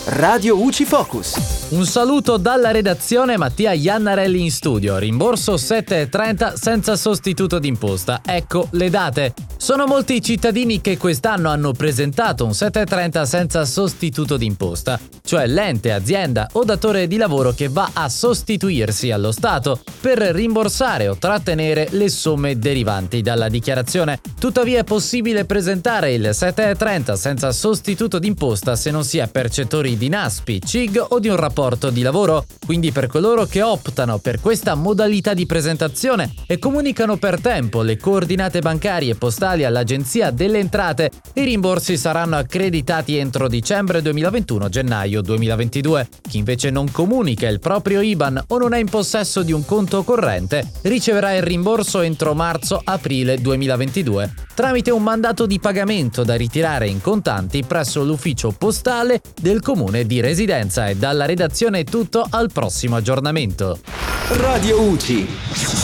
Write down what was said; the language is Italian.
Radio UCI Focus. Un saluto dalla redazione, Mattia Iannarelli in studio. Rimborso 7,30 senza sostituto d'imposta. Ecco le date. Sono molti i cittadini che quest'anno hanno presentato un 7,30 senza sostituto d'imposta, cioè l'ente, azienda o datore di lavoro che va a sostituirsi allo Stato per rimborsare o trattenere le somme derivanti dalla dichiarazione. Tuttavia è possibile presentare il 7,30 senza sostituto d'imposta se non si è percettori di NASPI, CIG o di un rapporto di lavoro. Quindi per coloro che optano per questa modalità di presentazione e comunicano per tempo le coordinate bancarie e postali all'Agenzia delle Entrate, i rimborsi saranno accreditati entro dicembre 2021-gennaio 2022. Chi invece non comunica il proprio IBAN o non è in possesso di un conto corrente riceverà il rimborso entro marzo-aprile 2022 tramite un mandato di pagamento da ritirare in contanti presso l'ufficio postale del comune di residenza. E dalla redazione è tutto, al prossimo aggiornamento. Radio UCI.